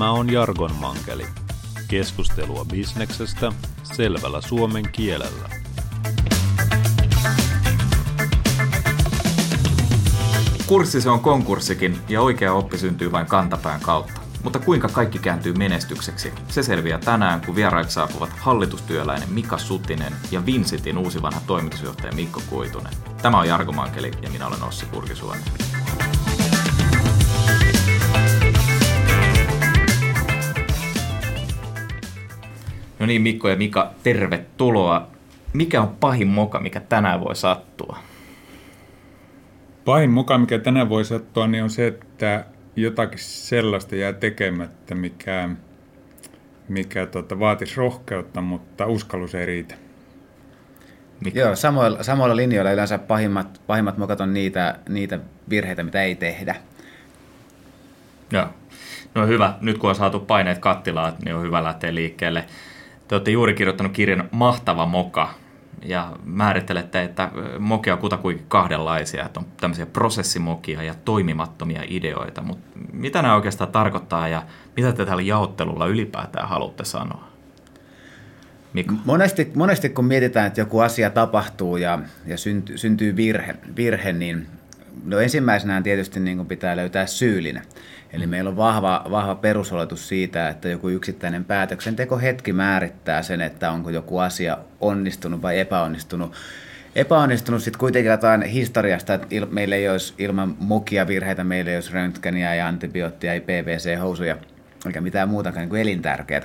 Tämä on Jargon Mankeli. Keskustelua bisneksestä selvällä suomen kielellä. Kurssi se on konkurssikin ja oikea oppi syntyy vain kantapään kautta. Mutta kuinka kaikki kääntyy menestykseksi? Se selviää tänään, kun vieraiksi saapuvat hallitustyöläinen Mika Sutinen ja Vinsitin uusi vanha toimitusjohtaja Mikko Kuitunen. Tämä on Jargon Mankeli ja minä olen Ossi Kurkisuoni. No niin, Mikko ja Mika, tervetuloa. Mikä on pahin moka, mikä tänään voi sattua? Pahin moka, mikä tänään voi sattua, niin on se, että jotakin sellaista jää tekemättä, mikä vaatisi rohkeutta, mutta uskallus ei riitä. Mikko. Joo, samoilla linjoilla yleensä pahimmat mokat on niitä virheitä, mitä ei tehdä. Joo. No hyvä. Nyt kun on saatu paineet kattilaan, niin on hyvä lähteä liikkeelle. Te olette juuri kirjoittanut kirjan Mahtava moka ja määrittelette, että mokia on kutakuinkin kahdenlaisia, että on tämmöisiä prosessimokia ja toimimattomia ideoita, mutta mitä nämä oikeastaan tarkoittaa ja mitä te tällä jaottelulla ylipäätään haluatte sanoa? Mikko? Monesti kun mietitään, että joku asia tapahtuu ja syntyy virhe, niin ensimmäisenä tietysti niin pitää löytää syyllinen. Eli meillä on vahva perusoletus siitä, että joku yksittäinen päätöksentekohetki määrittää sen, että onko joku asia onnistunut vai epäonnistunut. Epäonnistunut sitten kuitenkin jotain historiasta, että meillä ei olisi ilman mokia virheitä, meillä ei olisi röntgeniä ja antibioottia ja PVC-housuja, eikä mitään muutakaan niin kuin elintärkeää.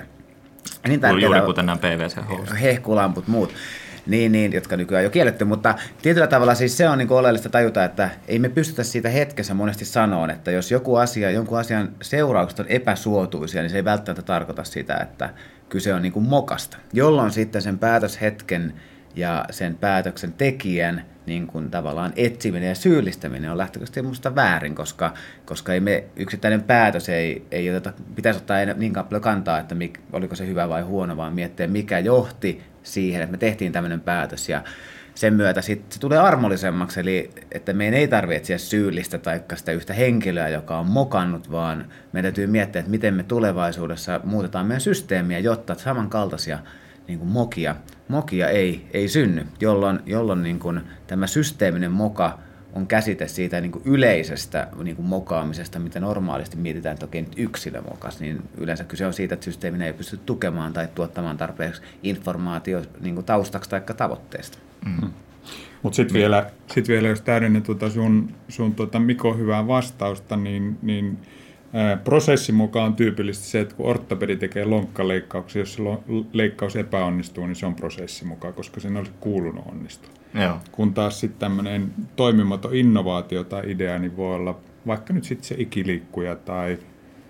Juuri kuten nämä PVC-housut. Hehkulamput, muut. Niin, jotka nykyään on jo kielletty, mutta tietyllä tavalla siis se on niin kuin oleellista tajuta, että ei me pystytä siitä hetkessä monesti sanoa, että jos jonkun asian seuraukset on epäsuotuisia, niin se ei välttämättä tarkoita sitä, että kyse on niin kuin mokasta, jolloin sitten sen päätöshetken ja sen päätöksen tekijän niin kuin tavallaan etsiminen ja syyllistäminen on lähtökohtaisesti minusta väärin, koska ei me yksittäinen päätös pitäisi ottaa niin paljon kantaa, että oliko se hyvä vai huono, vaan miettiä, mikä johti siihen, että me tehtiin tämmöinen päätös ja sen myötä sitten se tulee armollisemmaksi, eli että meidän ei tarvitse etsiä syyllistä tai sitä yhtä henkilöä, joka on mokannut, vaan meidän täytyy miettiä, että miten me tulevaisuudessa muutetaan meidän systeemiä, jotta samankaltaisia niin kuin mokia ei synny, jolloin niin kuin tämä systeeminen moka on käsite siitä niin kuin yleisestä niin kuin mokaamisesta, mitä normaalisti mietitään, että okei, nyt yksilö mokas, niin yleensä kyse on siitä, että systeeminen ei pysty tukemaan tai tuottamaan tarpeeksi informaatio niin kuin taustaksi tai tavoitteesta. Mm-hmm. Mutta sitten vielä, jos täydennän sun Mikon hyvää vastausta, niin prosessimoka on tyypillisesti se, että kun ortopedi tekee lonkkaleikkauksia, jos se leikkaus epäonnistuu, niin se on prosessimoka, koska sen olisi kuulunut onnistua. Joo. Kun taas sitten tämmöinen toimimaton innovaatio tai idea, niin voi olla vaikka nyt sitten se ikiliikkuja tai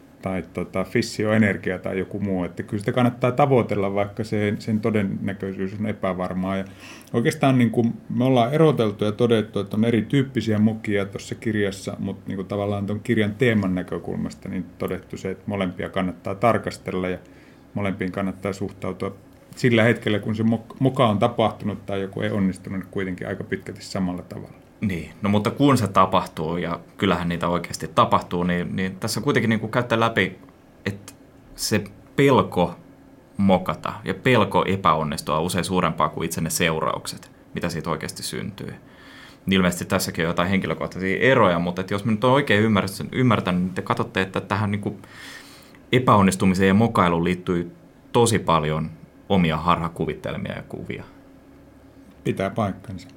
fissioenergia tai joku muu, että kyllä sitä kannattaa tavoitella, vaikka sen todennäköisyys on epävarmaa. Ja oikeastaan niin kuin me ollaan eroteltu ja todettu, että on erityyppisiä mokia tuossa kirjassa, mutta niin kuin tavallaan tuon kirjan teeman näkökulmasta niin todettu se, että molempia kannattaa tarkastella ja molempiin kannattaa suhtautua sillä hetkellä, kun se moka on tapahtunut tai joku ei onnistunut, niin kuitenkin aika pitkälti samalla tavalla. Niin, no mutta kun se tapahtuu, ja kyllähän niitä oikeasti tapahtuu, niin tässä kuitenkin niin kuin käyttää läpi, että se pelko mokata ja pelko epäonnistua on usein suurempaa kuin itse ne seuraukset, mitä siitä oikeasti syntyy. Ilmeisesti tässäkin on jotain henkilökohtaisia eroja, mutta että jos mä nyt olen oikein ymmärtänyt, niin te katsotte, että tähän niin kuin epäonnistumiseen ja mokailuun liittyy tosi paljon omia harhakuvittelmia ja kuvia. Pitää paikkansa.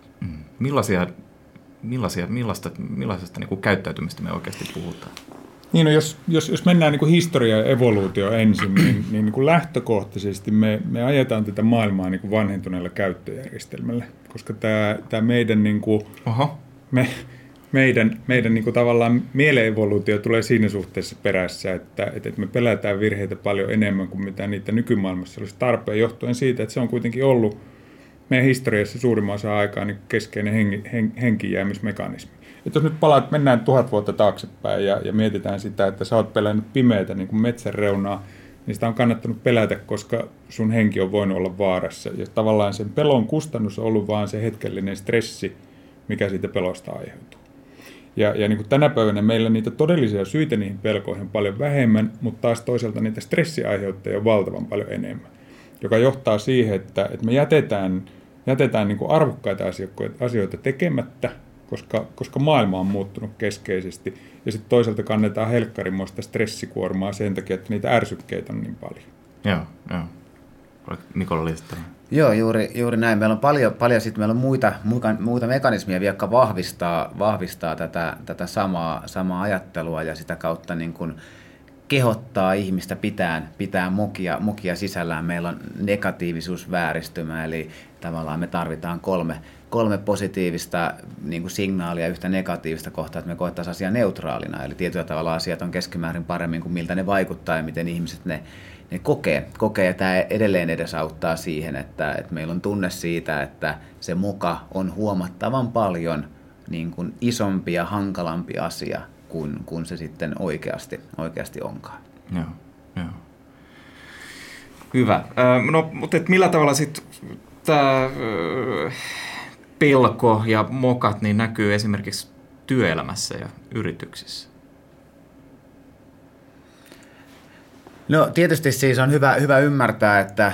Millaisesta niin kuin käyttäytymistä me oikeasti puhutaan? Niin, no jos mennään niin kuin historia ja evoluutio ensin, niin kuin lähtökohtaisesti me ajetaan tätä maailmaa niin kuin vanhentuneella käyttöjärjestelmällä, koska tämä meidän, niin kuin, meidän niin kuin tavallaan mieleevoluutio tulee siinä suhteessa perässä, että me pelätään virheitä paljon enemmän kuin mitä niitä nykymaailmassa olisi tarpeen, johtuen siitä, että se on kuitenkin ollut meidän historiassa suurimman osa aikaa niin keskeinen henkijäämismekanismi. Että jos nyt mennään 1000 vuotta taaksepäin ja mietitään sitä, että sä oot pelännyt pimeätä niin kuin metsän reunaa, niin sitä on kannattanut pelätä, koska sun henki on voinut olla vaarassa. Ja tavallaan sen pelon kustannus on ollut vaan se hetkellinen stressi, mikä siitä pelosta aiheutuu. Ja niin kuin tänä päivänä meillä niitä todellisia syitä niihin pelkoihin on paljon vähemmän, mutta taas toisaalta niitä stressiaiheuttajia on valtavan paljon enemmän, joka johtaa siihen, että me jätetään niin kuin arvokkaita asioita tekemättä, koska maailma on muuttunut keskeisesti, ja sitten toisaalta kannetaan helkkarimoista stressikuormaa sen takia, että niitä ärsykkeitä on niin paljon. Joo. Mikolla lisättävä. Joo, juuri näin. Meillä on paljon sit meillä on muita mekanismia, jotka vahvistaa tätä samaa ajattelua ja sitä kautta niin kuin kehottaa ihmistä pitää mukia sisällään. Meillä on negatiivisuusvääristymä, eli tavallaan me tarvitaan kolme positiivista niin kuin signaalia yhtä negatiivista kohtaa, että me koettaisiin asiaa neutraalina. Eli tietyllä tavalla asiat on keskimäärin paremmin kuin miltä ne vaikuttaa ja miten ihmiset ne kokee. Ja tämä edelleen edesauttaa siihen, että meillä on tunne siitä, että se moka on huomattavan paljon niin kuin isompi ja hankalampi asia kuin se sitten oikeasti onkaan. Joo. Hyvä. No, mutta millä tavalla sitten tämä pelko ja mokat niin näkyy esimerkiksi työelämässä ja yrityksissä? No tietysti siis on hyvä ymmärtää, että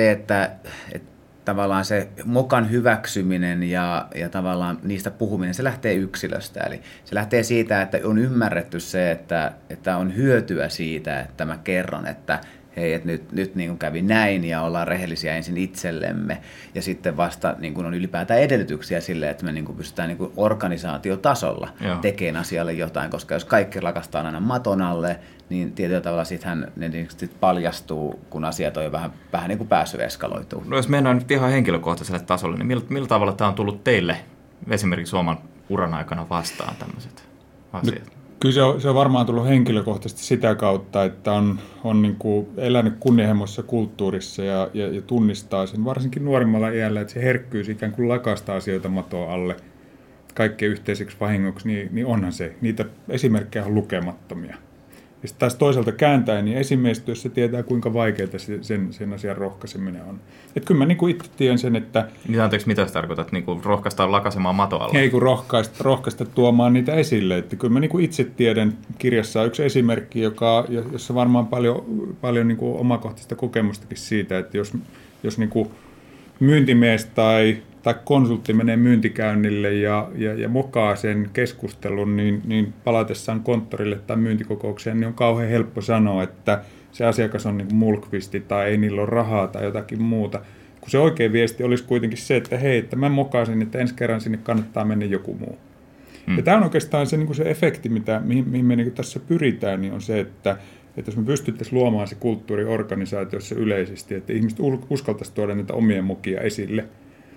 tavallaan se mokan hyväksyminen ja tavallaan niistä puhuminen, se lähtee yksilöstä. Eli se lähtee siitä, että on ymmärretty se, että on hyötyä siitä, että mä kerron, että hei, että nyt niin kuin kävi näin ja ollaan rehellisiä ensin itsellemme ja sitten vasta niin kuin on ylipäätään edellytyksiä sille, että me niin kuin pystytään niin kuin organisaatiotasolla tekemään asialle jotain, koska jos kaikki lakastaa aina maton alle, niin tietyllä tavalla sittenhän ne sit paljastuu, kun asiat on jo vähän niin kuin päässyt eskaloitumaan. No jos mennään nyt ihan henkilökohtaiselle tasolle, niin millä tavalla tämä on tullut teille esimerkiksi oman uran aikana vastaan tämmöiset asiat? No, kyllä se on varmaan tullut henkilökohtaisesti sitä kautta, että on niin kuin elänyt kunnianhimoisessa kulttuurissa ja tunnistaa sen varsinkin nuorimmalla iällä, että se herkkyys ikään kuin lakastaa asioita matoa alle kaikkeen yhteiseksi vahingoksi, niin onhan se. Niitä esimerkkejä on lukemattomia. Ja sitten taas toisaalta kääntäen, niin esimiestyössä tietää, kuinka vaikeaa sen asian rohkaiseminen on. Että kyllä mä niin kuin itse tiedän sen, että... Mitä sä tarkoitat? Niin kuin rohkaistaan lakasemaan mato alla? Ei kun rohkaista tuomaan niitä esille. Että kyllä mä niin kuin itse tiedän, kirjassa on yksi esimerkki, jossa varmaan paljon niin kuin omakohtaista kokemustakin siitä, että jos niin kuin myyntimies tai konsultti menee myyntikäynnille ja mokaa sen keskustelun, niin palatessaan konttorille tai myyntikokoukseen, niin on kauhean helppo sanoa, että se asiakas on niin kuin mulkvisti tai ei niillä ole rahaa tai jotakin muuta. Kun se oikea viesti olisi kuitenkin se, että hei, että mä mokasin, että ensi kerran sinne kannattaa mennä joku muu. Ja tämä on oikeastaan se, niin kuin se efekti, mihin me niin kuin tässä pyritään, niin on se, että jos me pystyttäisiin luomaan se kulttuuri organisaatiossa yleisesti, että ihmiset uskaltaisiin tuoda niitä omia mokia esille,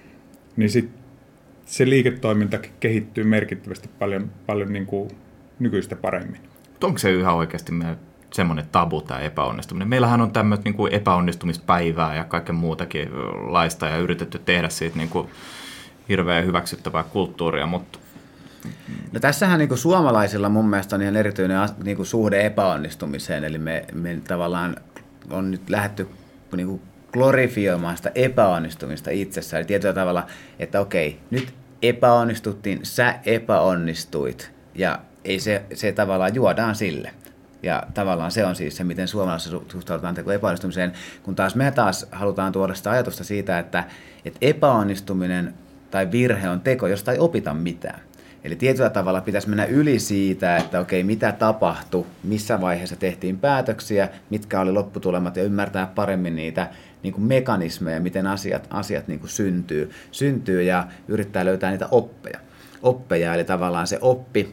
niin sitten se liiketoiminta kehittyy merkittävästi paljon niin kuin nykyistä paremmin. Onko se yhä oikeasti semmoinen tabu tämä epäonnistuminen? Meillähän on tämmöistä niin kuin epäonnistumispäivää ja kaiken muutakin laista ja yritetty tehdä siitä niin kuin hirveän hyväksyttävää kulttuuria, mutta... No tässähän niin kuin suomalaisilla mun mielestä on ihan erityinen niin kuin suhde epäonnistumiseen, eli me tavallaan on nyt lähdetty niin kuin glorifioimaan sitä epäonnistumista itsessään. Eli tietyllä tavalla, että okei, nyt epäonnistuttiin, sä epäonnistuit, ja ei se tavallaan juodaan sille. Ja tavallaan se on siis se, miten suomalaisessa suhtaudutaan epäonnistumiseen, kun taas me halutaan tuoda sitä ajatusta siitä, että epäonnistuminen tai virhe on teko, josta ei opita mitään. Eli tietyllä tavalla pitäisi mennä yli siitä, että okei, mitä tapahtui, missä vaiheessa tehtiin päätöksiä, mitkä oli lopputulemat ja ymmärtää paremmin niitä niin kuin mekanismeja, miten asiat niin kuin syntyy ja yrittää löytää niitä oppeja. Eli tavallaan se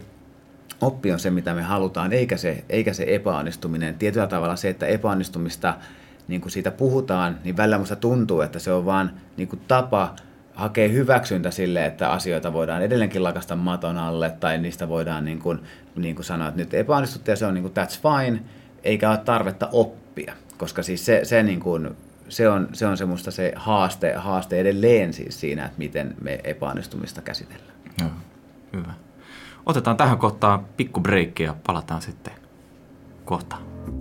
oppi on se, mitä me halutaan, eikä se epäonnistuminen. Tietyllä tavalla se, että epäonnistumista, niin kuin siitä puhutaan, niin välillä musta tuntuu, että se on vaan niin kuin tapa hakee hyväksyntä sille, että asioita voidaan edelleenkin lakasta maton alle, tai niistä voidaan niin kuin sanoa, että nyt epäonnistuttiin ja se on niin kuin that's fine, eikä ole tarvetta oppia, koska siis se on semmoista se haaste edelleen siis siinä, että miten me epäonnistumista käsitellään. Joo, hyvä. Otetaan tähän kohtaan pikku breikki ja palataan sitten kohtaan.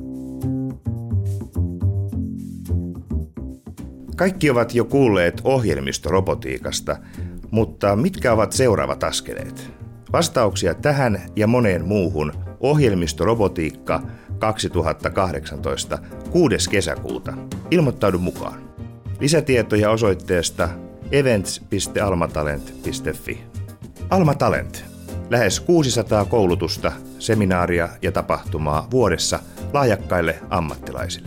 Kaikki ovat jo kuulleet ohjelmistorobotiikasta, mutta mitkä ovat seuraavat askeleet? Vastauksia tähän ja moneen muuhun Ohjelmistorobotiikka 2018 6. kesäkuuta. Ilmoittaudu mukaan. Lisätietoja osoitteesta events.almatalent.fi. Alma Talent. Lähes 600 koulutusta, seminaaria ja tapahtumaa vuodessa lahjakkaille ammattilaisille.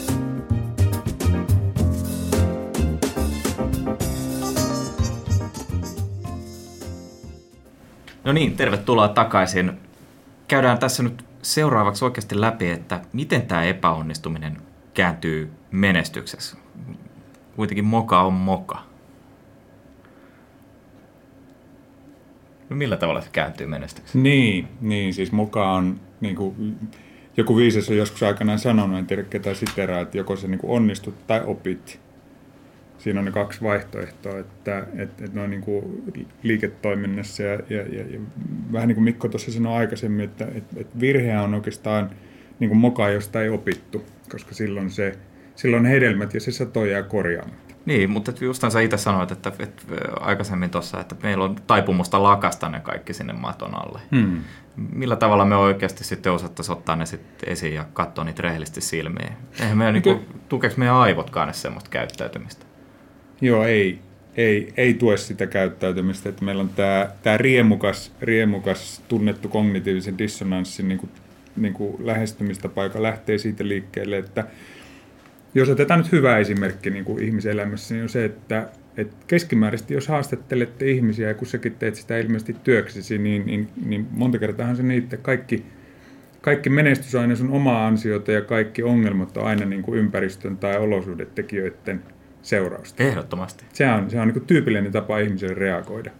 No niin, tervetuloa takaisin. Käydään tässä nyt seuraavaksi oikeasti läpi, että miten tämä epäonnistuminen kääntyy menestyksessä. Kuitenkin moka on moka. No millä tavalla se kääntyy menestyksessä? Niin, siis moka on, niin kuin joku viisas on joskus aikanaan sanonut, en tiedä ketä siteraa, että joko se niin kuin onnistut tai opit. Siinä on ne kaksi vaihtoehtoa, että noin niin kuin liiketoiminnassa ja vähän niin kuin Mikko tuossa sanoi aikaisemmin, että virheä on oikeastaan niin kuin moka, josta ei opittu, koska silloin hedelmät ja se sato jää korjaamatta. Niin, mutta justaan sä itse sanoit, että aikaisemmin tuossa, että meillä on taipumusta lakasta ne kaikki sinne maton alle. Millä tavalla me oikeasti sitten osattaisiin ottaa ne sitten esiin ja katsoa niitä rehellisesti silmiin? Eihän meidän tukeeko meidän aivotkaan ne semmoista käyttäytymistä? Joo, ei tue sitä käyttäytymistä. Että meillä on tämä riemukas tunnettu kognitiivisen dissonanssin niin kuin lähestymistapa, joka lähtee siitä liikkeelle, että jos otetaan nyt hyvä esimerkki niin kuin ihmiselämässä, niin on se, että keskimääräisesti jos haastattelette ihmisiä, ja kun säkin teet sitä ilmeisesti työksesi, niin monta kertaa se niitä kaikki menestys on aina sun omaa ansiota ja kaikki ongelmat on aina niin kuin ympäristön tai olosuhdetekijöiden seurausta. Ehdottomasti. Se on niin kuin tyypillinen tapa ihmiselle reagoida.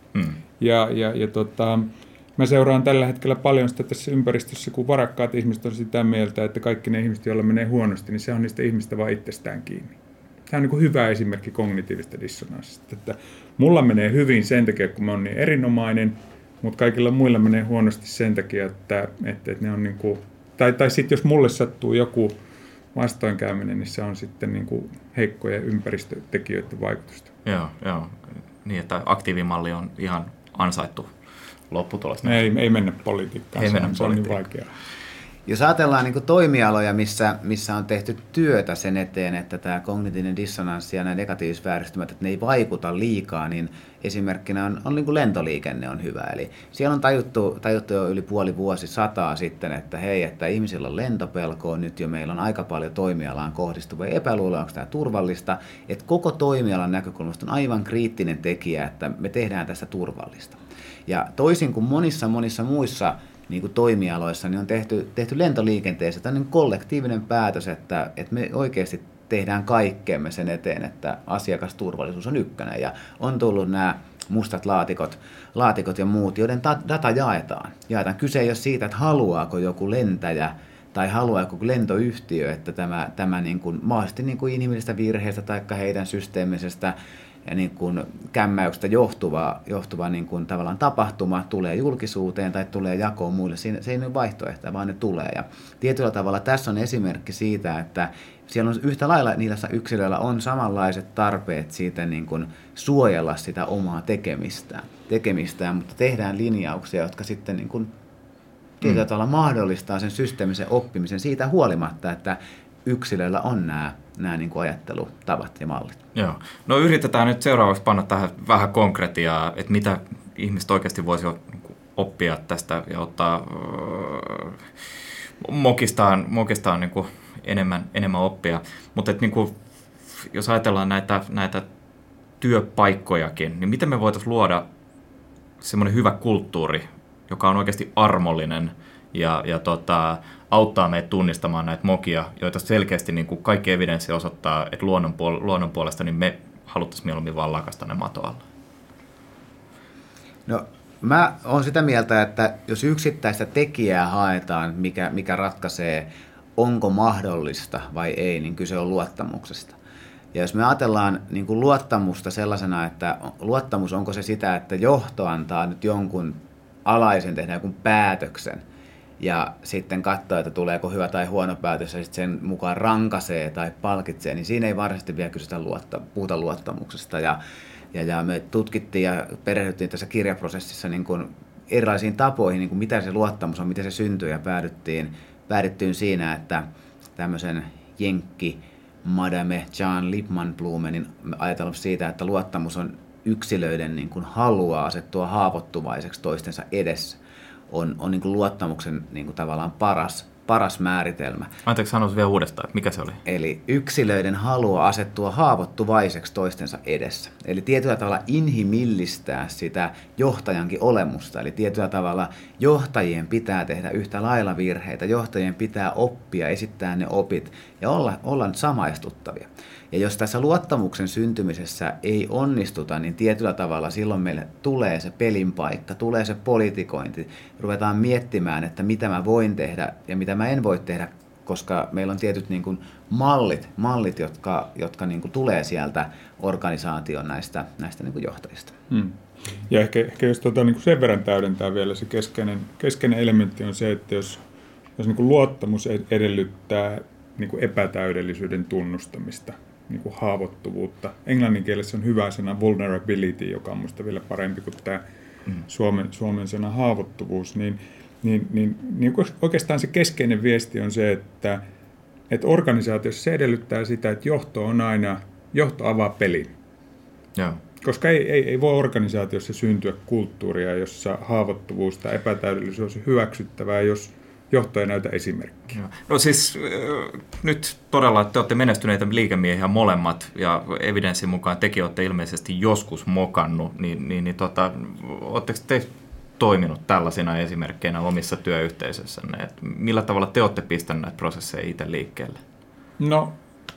Mä seuraan tällä hetkellä paljon sitä tässä ympäristössä, kun varakkaat ihmiset on sitä mieltä, että kaikki ne ihmiset, joilla menee huonosti, niin se on niistä ihmistä vaan itsestään kiinni. Tämä on niin kuin hyvä esimerkki kognitiivista dissonanssista. Että mulla menee hyvin sen takia, kun mä oon niin erinomainen, mutta kaikilla muilla menee huonosti sen takia, että ne on niin kuin, tai sitten jos mulle sattuu joku vastoinkäyminen, niin se on sitten niin kuin heikkojen ympäristötekijöiden vaikutusta. Joo. Niin, että aktiivimalli on ihan ansaittu lopputulos. Ei mennä politiikkaan, se on niin vaikeaa. Jos ajatellaan niin kuin toimialoja, missä on tehty työtä sen eteen, että tämä kognitiivinen dissonanssi ja nämä negatiiviset vääristymät, että ne ei vaikuta liikaa, niin esimerkkinä on niin kuin lentoliikenne on hyvä. Eli siellä on tajuttu jo yli puoli vuosisataa sitten, että hei, että ihmisillä on lentopelkoa, nyt jo meillä on aika paljon toimialaan kohdistuvia epäluuloja, onko tämä turvallista, että koko toimialan näkökulmasta on aivan kriittinen tekijä, että me tehdään tästä turvallista. Ja toisin kuin monissa muissa niin kuin toimialoissa, niin on tehty lentoliikenteessä tämmöinen kollektiivinen päätös, että me oikeasti tehdään kaikkeemme sen eteen, että asiakasturvallisuus on ykkönen. Ja on tullut nämä mustat laatikot ja muut, joiden data jaetaan. Kyse ei ole siitä, että haluaako joku lentäjä tai haluaako joku lentoyhtiö, että tämä niin kuin, mahdollisesti niin kuin inhimillisestä virheestä tai heidän systeemisestä ja niin kuin kämmäyksestä johtuva niin kuin tavallaan tapahtuma tulee julkisuuteen tai tulee jakoon muille. Se ei ole vaihtoehtoja, vaan ne tulee. Ja tietyllä tavalla tässä on esimerkki siitä, että siellä on yhtä lailla niillä yksilöillä on samanlaiset tarpeet siitä niin kuin suojella sitä omaa tekemistään, mutta tehdään linjauksia, jotka sitten niin kuin tietyllä tavalla mahdollistaa sen systeemisen oppimisen siitä huolimatta, että yksilöillä on nämä niin kuin ajattelutavat ja mallit. Joo. No yritetään nyt seuraavaksi panna tähän vähän konkretiaa, että mitä ihmiset oikeasti voisi oppia tästä ja ottaa mokistaan niin kuin enemmän oppia. Mutta niin kuin, jos ajatellaan näitä työpaikkojakin, niin miten me voitaisiin luoda semmoinen hyvä kulttuuri, joka on oikeasti armollinen ja auttaa meitä tunnistamaan näitä mokia, joita selkeästi niin kuin kaikki evidenssi osoittaa, että luonnon puolesta niin me haluttaisiin mieluummin vaan lakasta ne matoalla. No, mä oon sitä mieltä, että jos yksittäistä tekijää haetaan, mikä ratkaisee, onko mahdollista vai ei, niin kyse on luottamuksesta. Ja jos me ajatellaan niin kuin luottamusta sellaisena, että luottamus onko se sitä, että johto antaa nyt jonkun alaisen tehdä jonkun päätöksen, ja sitten katsoo, että tuleeko hyvä tai huono päätös, ja sitten sen mukaan rankaisee tai palkitsee, niin siinä ei varsinaisesti vielä puhuta luottamuksesta. Ja me tutkittiin ja perehdyttiin tässä kirjaprosessissa niin kuin erilaisiin tapoihin, niin kuin mitä se luottamus on, miten se syntyi, ja päädyttiin siinä, että tämmöisen jenkki Madame John Lipman-Blumenin ajatellut siitä, että luottamus on yksilöiden niin kuin halua asettua haavoittuvaiseksi toistensa edessä, on niin kuin luottamuksen niin kuin tavallaan paras määritelmä. Anteeksi, sanoisi vielä uudestaan, että mikä se oli? Eli yksilöiden halua asettua haavoittuvaiseksi toistensa edessä. Eli tietyllä tavalla inhimillistää sitä johtajankin olemusta. Eli tietyllä tavalla johtajien pitää tehdä yhtä lailla virheitä. Johtajien pitää oppia, esittää ne opit ja olla samaistuttavia. Ja jos tässä luottamuksen syntymisessä ei onnistuta, niin tietyllä tavalla silloin meille tulee se pelin paikka, tulee se politikointi. Ruvetaan miettimään, että mitä mä voin tehdä ja mitä mä en voi tehdä, koska meillä on tietyt niin kuin mallit jotka niin kuin tulee sieltä organisaation näistä niin kuin johtajista. Ja ehkä jos niin kuin sen verran täydentää vielä, se keskeinen elementti on se, että jos niin kuin luottamus edellyttää niin kuin epätäydellisyyden tunnustamista, niin kuin haavoittuvuutta. Englannin kielessä on hyvä sana vulnerability, joka on minusta vielä parempi kuin tämä suomen sana haavoittuvuus. Niin oikeastaan se keskeinen viesti on se, että organisaatiossa se edellyttää sitä, että johto avaa pelin. Joo. Koska ei voi organisaatiossa syntyä kulttuuria, jossa haavoittuvuus tai epätäydellisyys on hyväksyttävää, jos johto ei näytä esimerkkiä. No siis nyt todella te olette menestyneitä liikemiehiä molemmat, ja evidenssin mukaan tekin olette ilmeisesti joskus mokannut, oletteko te toiminut tällaisina esimerkkeinä omissa työyhteisöissänne? Millä tavalla te olette pistäneet näitä prosesseja itse liikkeelle? No,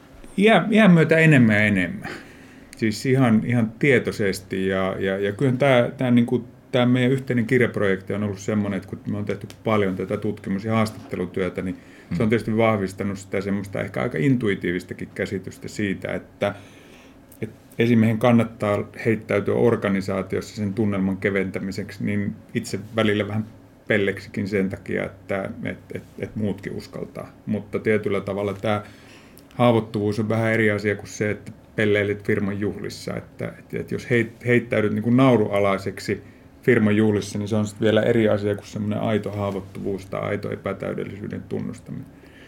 iän myötä enemmän ja enemmän. Siis ihan tietoisesti, ja kyllä tämä meidän yhteinen kirjaprojekti on ollut semmoinen, että kun me on tehty paljon tätä tutkimus- ja haastattelutyötä, niin se on tietysti vahvistanut sitä semmoista ehkä aika intuitiivistakin käsitystä siitä, että esimiehen kannattaa heittäytyä organisaatiossa sen tunnelman keventämiseksi, niin itse välillä vähän pelleksikin sen takia, että muutkin uskaltaa. Mutta tietyllä tavalla tämä haavoittuvuus on vähän eri asia kuin se, että pelleilet firman juhlissa. Että jos heittäydyt niin kuin naurualaiseksi firman juhlissa, niin se on sitten vielä eri asia kuin semmoinen aito haavoittuvuus tai aito epätäydellisyyden tunnustaminen.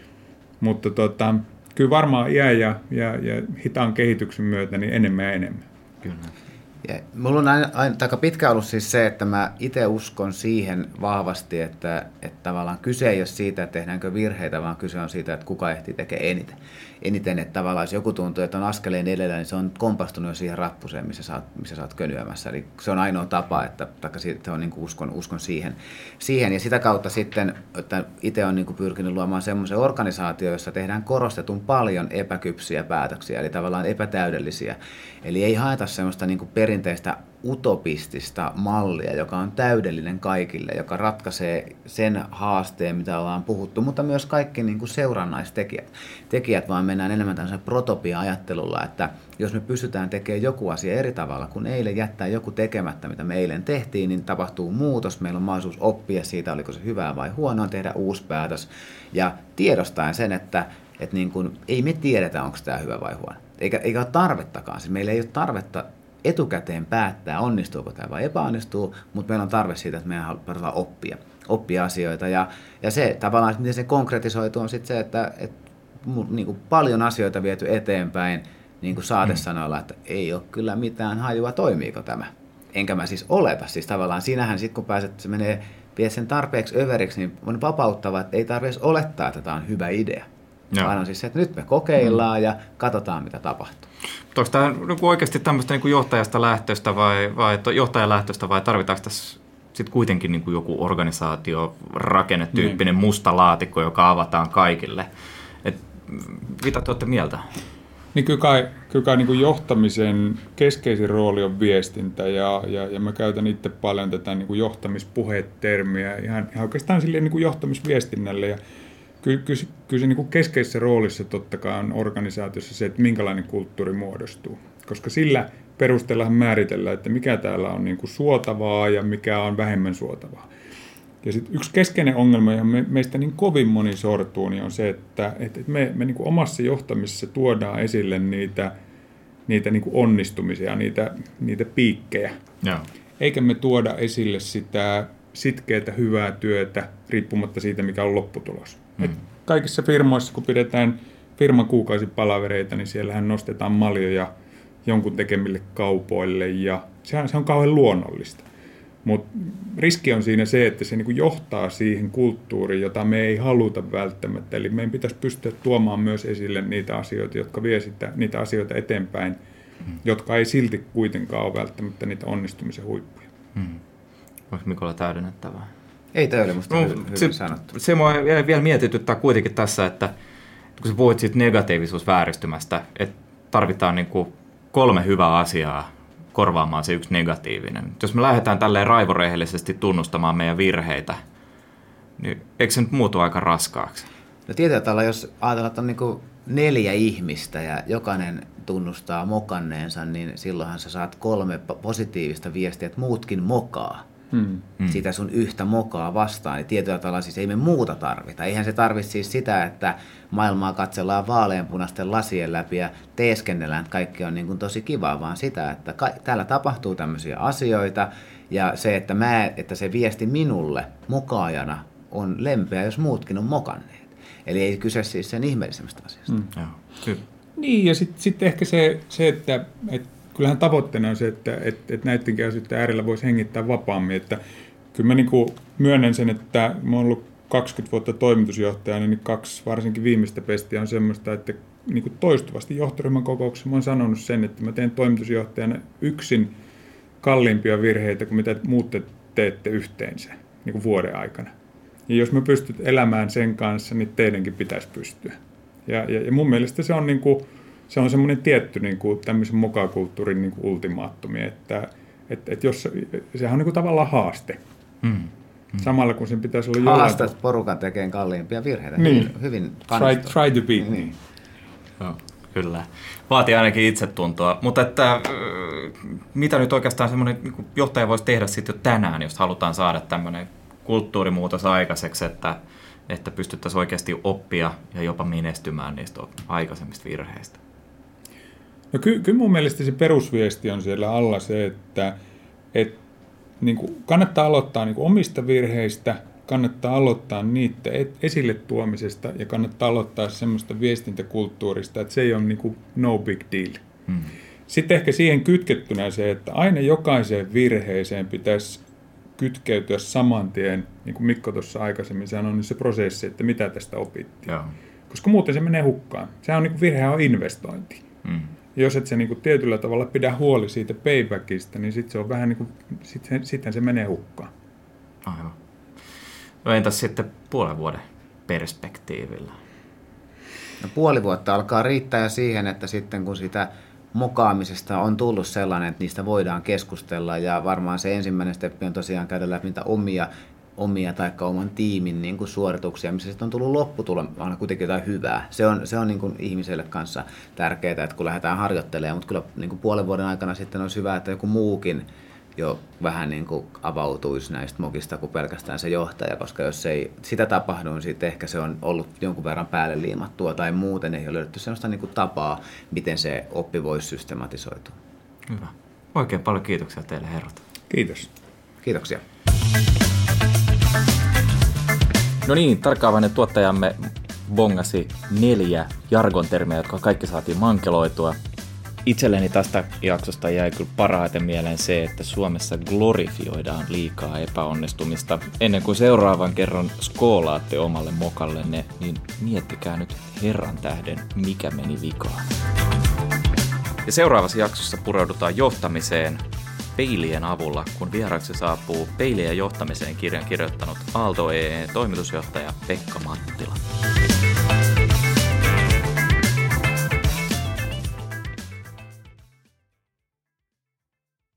Mutta kyllä varmaan iän ja hitaan kehityksen myötä niin enemmän ja enemmän. Kyllä. Ja mulla on aika pitkä ollut siis se, että mä itse uskon siihen vahvasti, että tavallaan kyse ei ole siitä, että tehdäänkö virheitä, vaan kyse on siitä, että kuka ehtii tekemään eniten. Että tavallaan jos joku tuntuu, että on askeleen edellä, niin se on kompastunut jo siihen rappuseen, missä sä oot könyämässä. Eli se on ainoa tapa, että se on niin kuin uskon siihen. Ja sitä kautta sitten, että itse on niin kuin pyrkinyt luomaan semmoisen organisaation, jossa tehdään korostetun paljon epäkypsiä päätöksiä, eli tavallaan epätäydellisiä. Eli ei haeta semmoista niin kuin perinteistä utopistista mallia, joka on täydellinen kaikille, joka ratkaisee sen haasteen, mitä ollaan puhuttu, mutta myös kaikki niin kuin seurannaistekijät, vaan mennään enemmän tämmöisellä protopia-ajattelulla, että jos me pystytään tekemään joku asia eri tavalla, kun eilen jättää joku tekemättä, mitä me eilen tehtiin, niin tapahtuu muutos, meillä on mahdollisuus oppia siitä, oliko se hyvää vai huonoa, tehdä uusi päätös, ja tiedostaen sen, että niin kuin, ei me tiedetä, onko tämä hyvä vai huono, eikä ole tarvettakaan, siis meillä ei ole tarvetta etukäteen päättää, onnistuuko tämä vai epäonnistuu, mutta meillä on tarve siitä, että meidän halutaan oppia asioita. Ja se tavallaan, miten se konkretisoituu, on sitten se, että niin kuin paljon asioita viety eteenpäin, niin kuin saatesanoilla, että ei ole kyllä mitään hajua, toimiiko tämä. Enkä mä siis oleta. Siis tavallaan siinähän sitten, kun se vie sen tarpeeksi överiksi, niin on vapauttava, että ei tarvitse olettaa, että tämä on hyvä idea. Vaan on siis se, että nyt me kokeillaan ja katsotaan, mitä tapahtuu. Onko tämä oikeasti tämmöistä niin kuin johtajan lähtöstä vai tarvitaanko tässä sitten kuitenkin niin kuin joku organisaatio, rakennetyyppinen musta laatikko, joka avataan kaikille? Mitä te olette mieltä? Niin kyllä kai niin kuin johtamisen keskeisin rooli on viestintä ja mä käytän itse paljon tätä niin kuin johtamispuhetermiä ihan oikeastaan silleen niin kuin johtamisviestinnälle. Ja kyllä se niin kuin keskeisessä roolissa totta kai on organisaatiossa se, että minkälainen kulttuuri muodostuu. Koska sillä perusteellahan määritellään, että mikä täällä on niin kuin suotavaa ja mikä on vähemmän suotavaa. Ja sitten yksi keskeinen ongelma, johon meistä niin kovin moni sortuu, niin on se, että me niin kuin omassa johtamisessa tuodaan esille niitä niin kuin onnistumisia, niitä piikkejä. Joo. Eikä me tuoda esille sitkeätä, hyvää työtä, riippumatta siitä, mikä on lopputulos. Et kaikissa firmoissa, kun pidetään firman kuukausipalavereita, niin siellähän nostetaan maljoja jonkun tekemille kaupoille, ja se on kauhean luonnollista. Mutta riski on siinä se, että se niinku johtaa siihen kulttuuriin, jota me ei haluta välttämättä. Eli meidän pitäisi pystyä tuomaan myös esille niitä asioita, jotka vie niitä asioita eteenpäin, jotka ei silti kuitenkaan ole välttämättä niitä onnistumisen huippuja. Onko Mikolla täydennettävää? Ei tämä ole musta hyvin sanottu. Se mua vielä mietityttää kuitenkin tässä, että kun sä puhuit siitä negatiivisuusvääristymästä, että tarvitaan niinku 3 hyvää asiaa korvaamaan se yksi negatiivinen. Jos me lähdetään tälleen raivorehellisesti tunnustamaan meidän virheitä, niin eikö se nyt muutu aika raskaaksi? No tietyllä tavalla, jos ajatellaan, että on niin 4 ihmistä ja jokainen tunnustaa mokanneensa, niin silloinhan sä saat 3 positiivista viestiä, että muutkin mokaa. Sitä sun yhtä mokaa vastaan. Ja tietyllä tavalla siis ei me muuta tarvita. Eihän se tarvitse siis sitä, että maailmaa katsellaan vaaleanpunaisten lasien läpi ja teeskennellään, että kaikki on niin kuin tosi kivaa, vaan sitä, että täällä tapahtuu tämmöisiä asioita ja se, että se viesti minulle mokaajana on lempeä, jos muutkin on mokanneet. Eli ei kyse siis sen ihmeellisemmästä asiasta. Niin, ja sitten ehkä se että kyllähän tavoitteena on se, että näidenkin asioiden äärellä voisi hengittää vapaammin. Että kyllä mä niin kuin myönnän sen, että mä oon ollut 20 vuotta toimitusjohtajana, niin 2 varsinkin viimeistä pestiä on semmoista, että niin kuin toistuvasti johtoryhmän kokouksessa mä oon sanonut sen, että mä teen toimitusjohtajana yksin kalliimpia virheitä kuin mitä muut teette yhteensä niin kuin vuoden aikana. Ja jos mä pystyt elämään sen kanssa, niin teidänkin pitäisi pystyä. Ja mun mielestä se on niin kuin se on semmoinen tietty niin kuin tämmöisen mokakulttuurin niin kuin ultimaattumi, että jos, sehän on niin kuin tavallaan haaste. Samalla kun sen pitäisi olla jollain... Haastat porukan tekemään kalliimpia virheitä. Niin. Hyvin try to beat me. Joo, kyllä. Vaatii ainakin itsetuntoa. Mutta että, mitä nyt oikeastaan semmoinen niin johtaja voisi tehdä sitten jo tänään, jos halutaan saada tämmöinen kulttuurimuutos aikaiseksi, että pystyttäisiin oikeasti oppia ja jopa menestymään niistä aikaisemmista virheistä? No kyllä mun mielestä se perusviesti on siellä alla se, että niin kuin kannattaa aloittaa niin kuin omista virheistä, kannattaa aloittaa niiden esille tuomisesta ja kannattaa aloittaa semmoista viestintäkulttuurista, että se ei ole niin kuin no big deal. Sitten ehkä siihen kytkettynä se, että aina jokaiseen virheeseen pitäisi kytkeytyä saman tien, niin kuin Mikko tuossa aikaisemmin sanoi, niin se prosessi, että mitä tästä opittiin. Joo. Koska muuten se menee hukkaan. Sehän on niin kuin virhe on investointi. Jos et se niin kuin tietyllä tavalla pidä huoli siitä paybackista, niin sitten se on vähän niin kuin, sitten se menee hukkaan. Aivan. No entäs sitten puolen vuoden perspektiivillä? No, puoli vuotta alkaa riittää siihen, että sitten kun sitä mokaamisesta on tullut sellainen, että niistä voidaan keskustella ja varmaan se ensimmäinen steppi on tosiaan käydä läpi niitä omia tai oman tiimin niin kuin suorituksia, missä sitten on tullut lopputulemana kuitenkin jotain hyvää. Se on niin kuin ihmiselle kanssa tärkeää, että kun lähdetään harjoittelemaan, mutta kyllä niin kuin puolen vuoden aikana sitten olisi hyvä, että joku muukin jo vähän niin kuin avautuisi näistä mokista kuin pelkästään se johtaja, koska jos ei sitä tapahdu, niin sitten ehkä se on ollut jonkun verran päälle liimattua tai muuten ei ole löydetty sellaista niin kuin tapaa, miten se oppi voisi systematisoitua. Hyvä. Oikein paljon kiitoksia teille herrat. Kiitos. Kiitoksia. No niin, tarkkaavainen tuottajamme bongasi 4 jargontermiä, jotka kaikki saatiin mankeloitua. Itselleni tästä jaksosta jäi kyllä parhaiten mieleen se, että Suomessa glorifioidaan liikaa epäonnistumista. Ennen kuin seuraavan kerran skoolaatte omalle mokallenne, niin miettikää nyt herran tähden, mikä meni vikaan. Ja seuraavassa jaksossa pureudutaan johtamiseen peilien avulla, kun vieraaksi saapuu Peilien johtamiseen kirjan kirjoittanut Aalto EE toimitusjohtaja Pekka Mattila.